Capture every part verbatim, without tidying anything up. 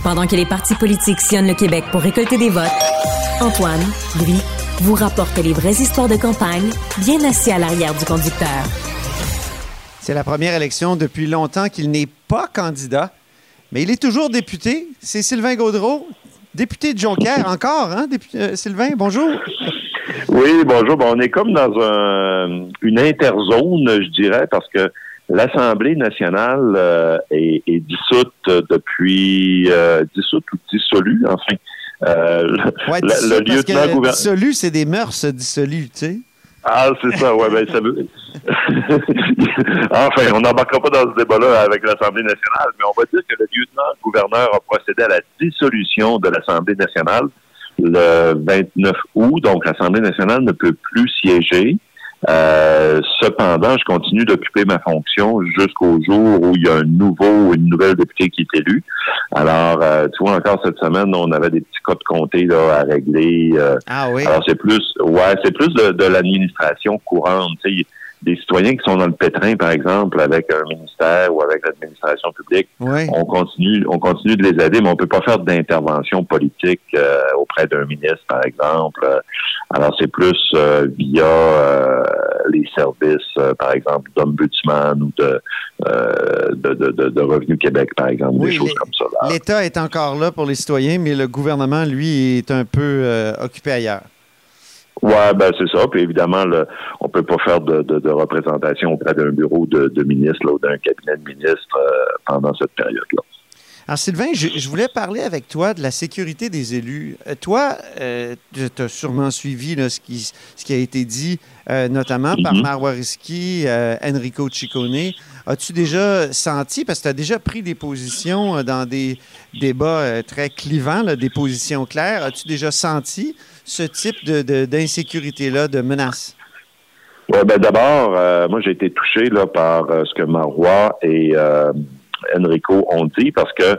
Pendant que les partis politiques sillonnent le Québec pour récolter des votes, Antoine, lui, vous rapporte les vraies histoires de campagne, bien assis à l'arrière du conducteur. C'est la première élection depuis longtemps qu'il n'est pas candidat, mais il est toujours député. C'est Sylvain Gaudreault, député de Jonquière encore, hein, député, euh, Sylvain, bonjour. Oui, bonjour. Bon, on est comme dans un, une interzone, je dirais, parce que l'Assemblée nationale euh, est, est dissoute depuis... Euh, dissoute ou dissolue, enfin. Euh, ouais, le, dissous, le lieutenant gouverneur... Dissolu, c'est des mœurs dissolues, tu sais. Ah, c'est ça, ouais, ben ça veut... enfin, on n'embarquera pas dans ce débat-là avec l'Assemblée nationale, mais on va dire que le lieutenant-gouverneur a procédé à la dissolution de l'Assemblée nationale le vingt-neuf août, donc l'Assemblée nationale ne peut plus siéger. Euh, cependant, je continue d'occuper ma fonction jusqu'au jour où il y a un nouveau ou une nouvelle députée qui est élue. Alors, euh, tu vois, encore cette semaine, on avait des petits cas de comté là, à régler. Euh, ah oui? Alors, c'est plus, ouais, c'est plus de, de l'administration courante. Tu sais, des citoyens qui sont dans le pétrin, par exemple, avec un ministère ou avec l'administration publique, oui. on continue, on continue de les aider, mais on peut pas faire d'intervention politique euh, auprès d'un ministre, par exemple. Alors, c'est plus euh, via euh, les services, euh, par exemple, d'Ombudsman ou de, euh, de, de, de, de Revenu Québec, par exemple, oui, des choses les, comme ça. Là. L'État est encore là pour les citoyens, mais le gouvernement, lui, est un peu euh, occupé ailleurs. Ouais, ben c'est ça. Puis évidemment, le, on peut pas faire de, de, de représentation auprès d'un bureau de, de ministre là, ou d'un cabinet de ministre euh, pendant cette période-là. Alors, Sylvain, je, je voulais parler avec toi de la sécurité des élus. Euh, toi, euh, tu as sûrement suivi là, ce, qui, ce qui a été dit, euh, notamment mm-hmm. par Marois Risky, euh, Enrico Ciccone. As-tu déjà senti, parce que tu as déjà pris des positions dans des débats euh, très clivants, là, des positions claires, as-tu déjà senti ce type de, de, d'insécurité-là, de menace? Oui, ben d'abord, euh, moi, j'ai été touché là, par euh, ce que Marois et euh, Enrico ont dit, parce que,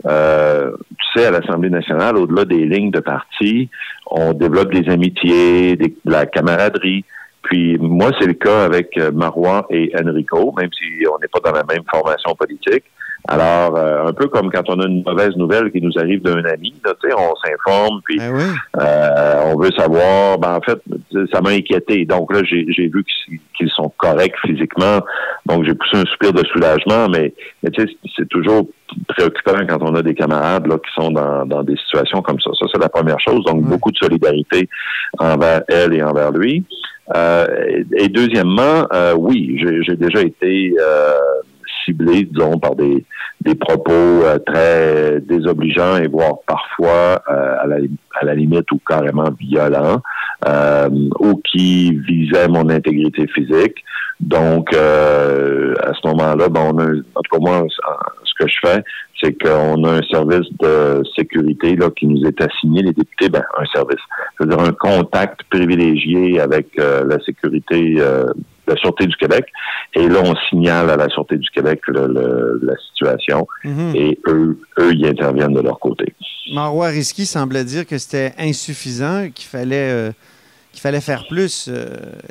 euh, tu sais, à l'Assemblée nationale, au-delà des lignes de parti, on développe des amitiés, des, de la camaraderie. Puis moi, c'est le cas avec Marois et Enrico, même si on n'est pas dans la même formation politique. Alors, euh, un peu comme quand on a une mauvaise nouvelle qui nous arrive d'un ami, là, tu sais, on s'informe, puis ah oui. euh, on veut savoir. Ben en fait, ça m'a inquiété. Donc là, j'ai, j'ai vu qu'ils sont corrects physiquement. Donc j'ai poussé un soupir de soulagement, mais, mais tu sais, c'est toujours préoccupant quand on a des camarades là qui sont dans, dans des situations comme ça. Ça, c'est la première chose. Donc, oui. Beaucoup de solidarité envers elle et envers lui. Euh, et, et deuxièmement, euh, oui, j'ai, j'ai déjà été euh, ciblé, disons, par des, des propos euh, très désobligeants et voire parfois euh, à, la, à la limite ou carrément violents, euh, ou qui visaient mon intégrité physique. Donc, euh, à ce moment-là, ben, on a, en tout cas moi, ce que je fais, c'est qu'on a un service de sécurité là qui nous est assigné, les députés, ben un service, c'est-à-dire un contact privilégié avec euh, la sécurité, euh, la Sûreté du Québec. Et là, on signale à la Sûreté du Québec le, le, la situation mm-hmm. et eux, eux, ils interviennent de leur côté. Marois Risky semblait dire que c'était insuffisant, qu'il fallait, euh, qu'il fallait faire plus euh,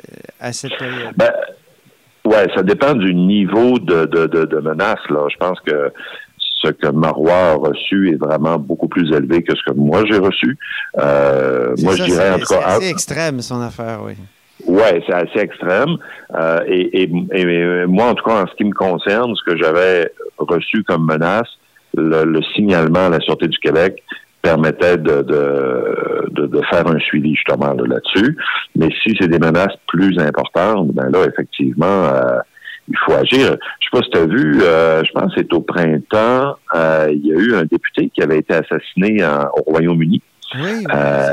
à cette période. Ben, ouais, ça dépend du niveau de, de, de, de menace, là. Je pense que ce que Marois a reçu est vraiment beaucoup plus élevé que ce que moi j'ai reçu. Euh, moi, ça, je dirais c'est, en tout cas... C'est assez extrême, son affaire, oui. Oui, c'est assez extrême. Euh, et, et, et moi, en tout cas, en ce qui me concerne, ce que j'avais reçu comme menace, le, le signalement à la Sûreté du Québec permettait de, de, de, de faire un suivi justement là, là-dessus. Mais si c'est des menaces plus importantes, ben là, effectivement... Euh, il faut agir. Je sais pas si tu as vu, euh, je pense que c'est au printemps, euh, il y a eu un député qui avait été assassiné en, au Royaume-Uni. Oui.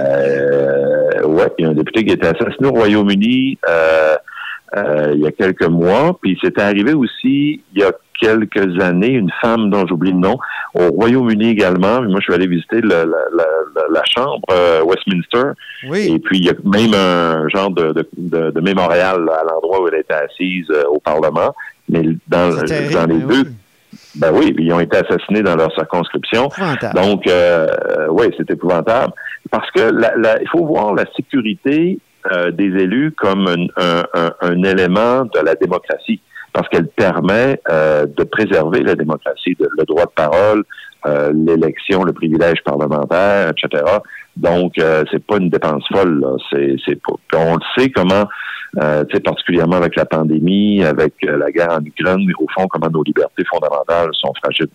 Euh, ouais, il y a un député qui a été assassiné au Royaume-Uni euh, euh, il y a quelques mois. Puis c'était arrivé aussi il y a quelques années, une femme dont j'oublie le nom, au Royaume-Uni également. Moi, je suis allé visiter le, la, la, la, la chambre euh, Westminster. Oui. Et puis, il y a même un genre de, de, de, de mémorial là, à l'endroit où elle était assise euh, au Parlement. Mais dans, terrible, dans les deux... Oui. Ben oui, ils ont été assassinés dans leur circonscription. Donc, euh, oui, c'est épouvantable. Parce que la, la, il faut voir la sécurité euh, des élus comme un, un, un, un élément de la démocratie. parce qu'elle permet euh, de préserver la démocratie, de, le droit de parole, euh, l'élection, le privilège parlementaire, et cetera. Donc, euh, c'est pas une dépense folle, là. C'est, c'est pas. Puis on le sait comment, euh, tu sais, particulièrement avec la pandémie, avec euh, la guerre en Ukraine, au fond, comment nos libertés fondamentales sont fragiles.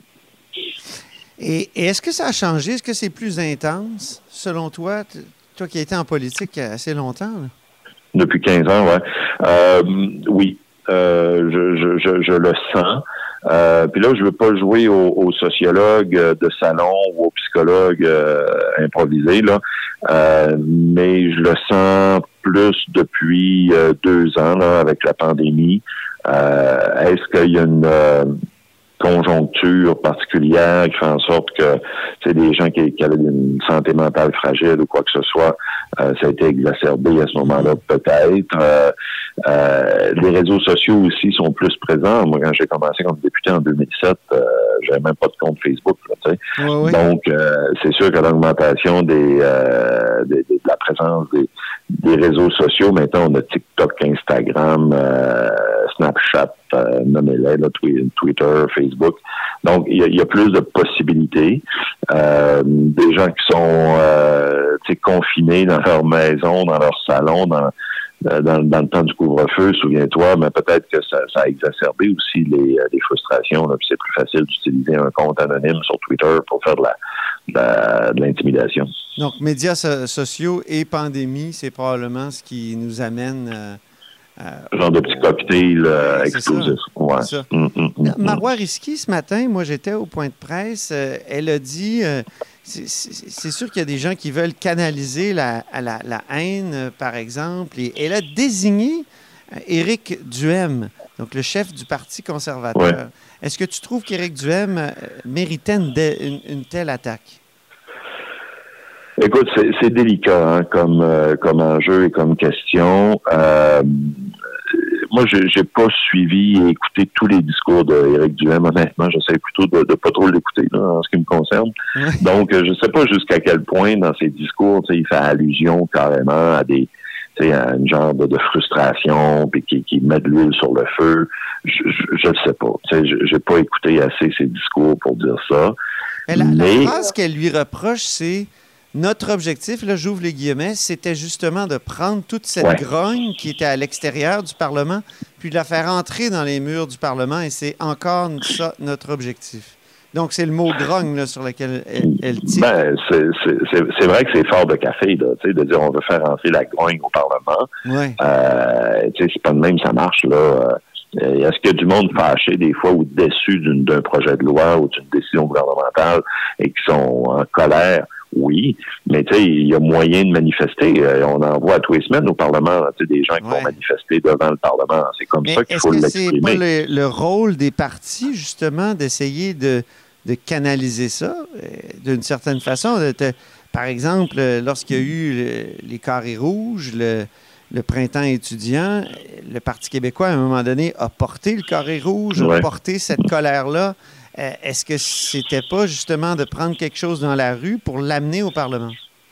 Et, et est-ce que ça a changé? Est-ce que c'est plus intense, selon toi? T- toi qui as été en politique assez longtemps, là? Depuis quinze ans, ouais. Euh, oui, euh, je, je, je, je le sens. Euh, puis là, je veux pas jouer aux, aux sociologues de salon ou aux psychologues euh, improvisés, là. Euh, mais je le sens plus depuis euh, deux ans, là, avec la pandémie. Euh, est-ce qu'il y a une euh, conjoncture particulière qui fait en sorte que c'est des gens qui, qui avaient une santé mentale fragile ou quoi que ce soit, euh, ça a été exacerbé à ce moment-là, peut-être. Euh, euh, les réseaux sociaux aussi sont plus présents. Moi, quand j'ai commencé comme député en deux mille sept, euh, j'avais même pas de compte Facebook, là, tu sais. Oui, oui. Donc, euh, c'est sûr que l'augmentation des, euh, des, des de la présence des, des réseaux sociaux, maintenant on a TikTok, Instagram, euh, Snapchat, euh, nommez-les, là, Twitter, Facebook. Donc, il y, y a plus de possibilités. Euh, des gens qui sont euh, confinés dans leur maison, dans leur salon, dans, dans, dans le temps du couvre-feu, souviens-toi, mais peut-être que ça, ça a exacerbé aussi les, les frustrations. Là, puis c'est plus facile d'utiliser un compte anonyme sur Twitter pour faire de, la, de, la, de l'intimidation. Donc, médias so- sociaux et pandémie, c'est probablement ce qui nous amène... Euh, euh, genre de petit cocktail euh, explosif. Ouais. C'est ça. Mm, mm, mm, Marois Risky, ce matin, moi, j'étais au point de presse, euh, elle a dit... Euh, c'est, c'est, c'est sûr qu'il y a des gens qui veulent canaliser la, la, la haine, euh, par exemple, et elle a désigné euh, Éric Duhem, donc le chef du Parti conservateur. Ouais. Est-ce que tu trouves qu'Éric Duhem euh, méritait une, dé, une, une telle attaque? Écoute, c'est, c'est délicat hein, comme euh, comme enjeu et comme question. Euh, moi, j'ai, j'ai pas suivi et écouté tous les discours d'Éric Duhem. Honnêtement, j'essaie plutôt de, de pas trop l'écouter là, en ce qui me concerne. Donc, je sais pas jusqu'à quel point dans ses discours, il fait allusion carrément à des, à une genre de, de frustration, puis qui, qui met de l'huile sur le feu. Je, je, je le sais pas. Je, j'ai pas écouté assez ses discours pour dire ça. Mais la, Mais... la phrase qu'elle lui reproche, c'est notre objectif, là, j'ouvre les guillemets, c'était justement de prendre toute cette ouais. grogne qui était à l'extérieur du Parlement, puis de la faire entrer dans les murs du Parlement, et c'est encore ça notre objectif. Donc, c'est le mot grogne là, sur lequel elle, elle tire. Ben, c'est, c'est, c'est, c'est vrai que c'est fort de café, là, de dire on veut faire entrer la grogne au Parlement. Ouais. Euh, c'est pas de même, ça marche, là. Est-ce qu'il y a du monde fâché des fois ou déçu d'une, d'un projet de loi ou d'une décision gouvernementale et qui sont en colère? Oui, mais tu sais, il y a moyen de manifester. On en voit tous les semaines au Parlement, tu sais, des gens qui ouais. vont manifester devant le Parlement. C'est comme mais ça qu'il faut que l'exprimer. Est-ce que c'est pas le, le rôle des partis, justement, d'essayer de, de canaliser ça euh, d'une certaine façon? De te, par exemple, lorsqu'il y a eu le, les carrés rouges, le, le printemps étudiant, le Parti québécois, à un moment donné, a porté le carré rouge, ouais. a porté cette colère-là. Euh, est-ce que c'était pas justement de prendre quelque chose dans la rue pour l'amener au Parlement?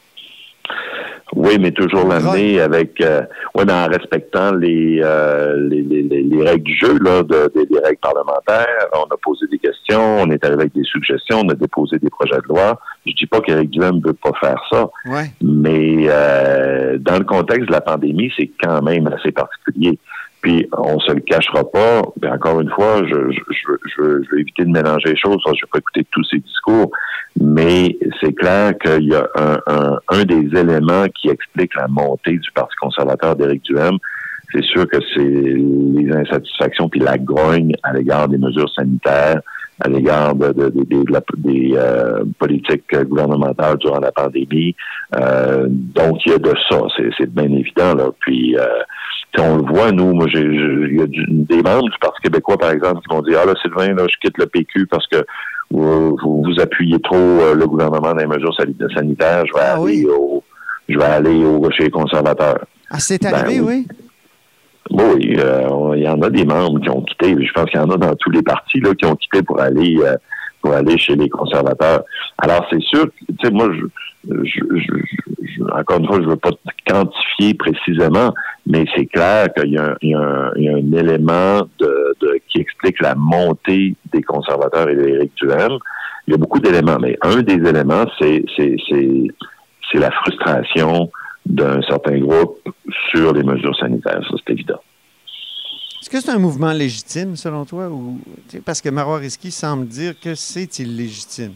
Oui, mais toujours l'amener avec, euh, ouais, en respectant les, euh, les, les, les règles du jeu, là, de, de, des règles parlementaires. On a posé des questions, on est allé avec des suggestions, on a déposé des projets de loi. Je dis pas qu'Éric Duhem ne veut pas faire ça, ouais. mais euh, dans le contexte de la pandémie, c'est quand même assez particulier. Puis, on se le cachera pas. Bien, encore une fois, je, je, je, je, veux, je veux éviter de mélanger les choses. Je vais pas écouter tous ces discours. Mais c'est clair qu'il y a un, un, un des éléments qui explique la montée du Parti conservateur d'Éric Duhem. C'est sûr que c'est les insatisfactions puis la grogne à l'égard des mesures sanitaires, à l'égard de, de, de, de, de la, des euh, politiques gouvernementales durant la pandémie. Euh, donc, il y a de ça. C'est, c'est bien évident, là. Puis, euh, on le voit, nous, moi, j'ai, j'ai, il y a du, des membres du Parti québécois, par exemple, qui vont dire, ah là, Sylvain, là, je quitte le P Q parce que vous, vous, vous appuyez trop euh, le gouvernement dans les mesures sanitaires. Je vais ah, aller oui. au, je vais aller au, chez les conservateurs. Ah, c'est arrivé, ben, oui. Oui, euh, il y en a des membres qui ont quitté. Je pense qu'il y en a dans tous les partis là qui ont quitté pour aller euh, pour aller chez les conservateurs. Alors, c'est sûr, tu sais, moi, je, je, je, je, encore une fois, je veux pas quantifier précisément, mais c'est clair qu'il y a un, il y a un, il y a un élément de, de, qui explique la montée des conservateurs et d'Éric Duhem. Il y a beaucoup d'éléments, mais un des éléments, c'est, c'est, c'est, c'est la frustration d'un certain groupe sur les mesures sanitaires. Ça, c'est évident. Est-ce que c'est un mouvement légitime, selon toi? Ou, parce que Marois Risky semble dire que c'est illégitime.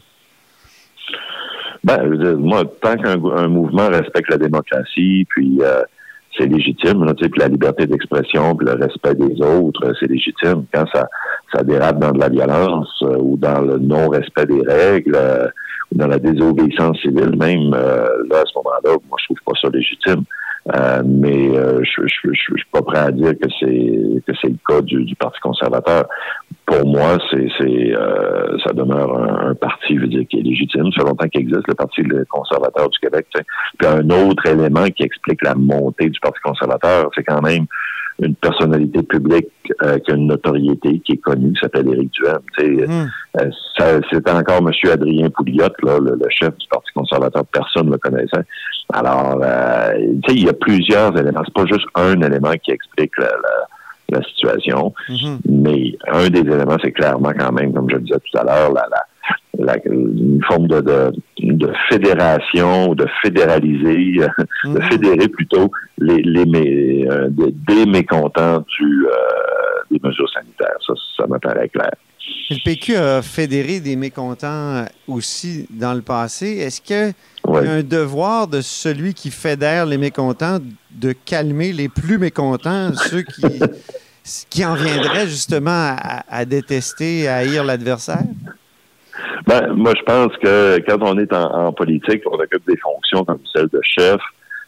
Ben, je veux dire, moi, tant qu'un un mouvement respecte la démocratie, puis euh, c'est légitime, là, tu sais, puis la liberté d'expression, puis le respect des autres, c'est légitime. Quand ça, ça dérape dans de la violence euh, ou dans le non-respect des règles, euh, ou dans la désobéissance civile même, euh, là, à ce moment-là, moi, je trouve pas ça légitime. Euh, mais euh, je, je, je, je suis pas prêt à dire que c'est que c'est le cas du, du Parti conservateur. Pour moi, c'est c'est euh, ça demeure un, un parti, je veux dire, qui est légitime. Ça fait longtemps qu'il existe, le Parti conservateur du Québec. Tu sais. Puis un autre élément qui explique la montée du Parti conservateur, c'est quand même une personnalité publique euh, qui a une notoriété, qui est connue, qui s'appelle Éric Duhem. Tu sais, mmh. euh, ça, c'était encore M. Adrien Pouliot, là, le, le chef du Parti conservateur. Personne ne le connaissait. Alors, euh, tu sais, il y a plusieurs éléments. C'est pas juste un élément qui explique la, la, la situation, mm-hmm. mais un des éléments, c'est clairement quand même, comme je le disais tout à l'heure, la, la, la, une forme de, de, de fédération, de fédéraliser, mm-hmm. de fédérer plutôt les, les, les euh, des, des mécontents du, euh, des mesures sanitaires. Ça, ça me paraît clair. Le P Q a fédéré des mécontents aussi dans le passé. Est-ce qu'il oui. y a un devoir de celui qui fédère les mécontents de calmer les plus mécontents, ceux qui, qui en viendraient justement à, à détester, à haïr l'adversaire? Ben, moi, je pense que quand on est en, en politique, on occupe des fonctions comme celle de chef.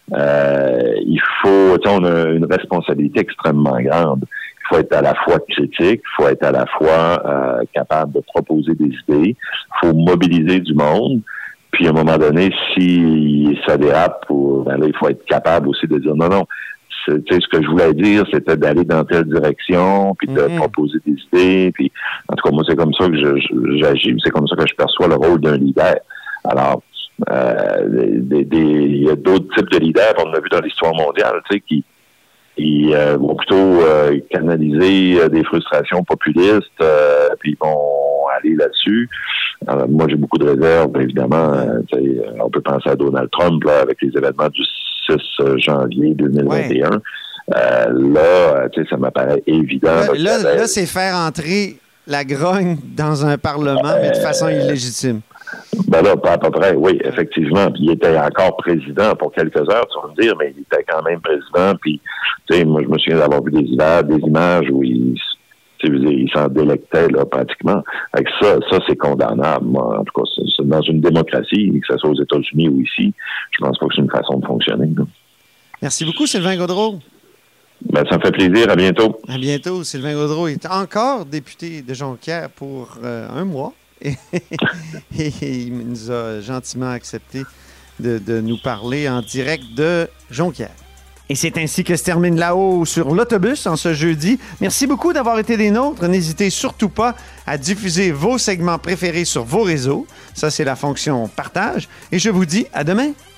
Euh, il faut, tu sais, on a une responsabilité extrêmement grande. Il faut être à la fois critique, il faut être à la fois euh, capable de proposer des idées, il faut mobiliser du monde, puis à un moment donné, si ça dérape, pour, ben là, il faut être capable aussi de dire non, non, tu sais, ce que je voulais dire, c'était d'aller dans telle direction, puis de mm-hmm. proposer des idées, puis en tout cas, moi, c'est comme ça que je, je, j'agis, c'est comme ça que je perçois le rôle d'un leader. Alors, euh, des, des, il y a d'autres types de leaders, on l'a vu dans l'histoire mondiale, tu sais, qui Ils euh, vont plutôt euh, canaliser euh, des frustrations populistes, euh, puis ils vont aller là-dessus. Alors, moi, j'ai beaucoup de réserves, évidemment. Euh, on peut penser à Donald Trump là, avec les événements du six janvier deux mille vingt et un. Ouais. Euh, là, ça m'apparaît évident. Là, là, là, là, c'est faire entrer la grogne dans un parlement, euh, mais de façon illégitime. Ben là, pas à peu près, oui, effectivement. Puis il était encore président pour quelques heures, tu vas me dire, mais il était quand même président. Puis, tu sais, moi, je me souviens d'avoir vu des images, des images où il, tu sais, il s'en délectait, là, pratiquement. Avec ça, ça, c'est condamnable. Moi, en tout cas, c'est, c'est dans une démocratie, que ce soit aux États-Unis ou ici, je pense pas que c'est une façon de fonctionner, là. Merci beaucoup, Sylvain Gaudreault. Ben, ça me fait plaisir. À bientôt. À bientôt. Sylvain Gaudreault est encore député de Jonquière pour euh, un mois. Et, et il nous a gentiment accepté de, de nous parler en direct de Jonquière. Et c'est ainsi que se termine Là-haut sur l'autobus en ce jeudi. Merci beaucoup d'avoir été des nôtres. N'hésitez surtout pas à diffuser vos segments préférés sur vos réseaux. Ça, c'est la fonction partage. Et je vous dis à demain.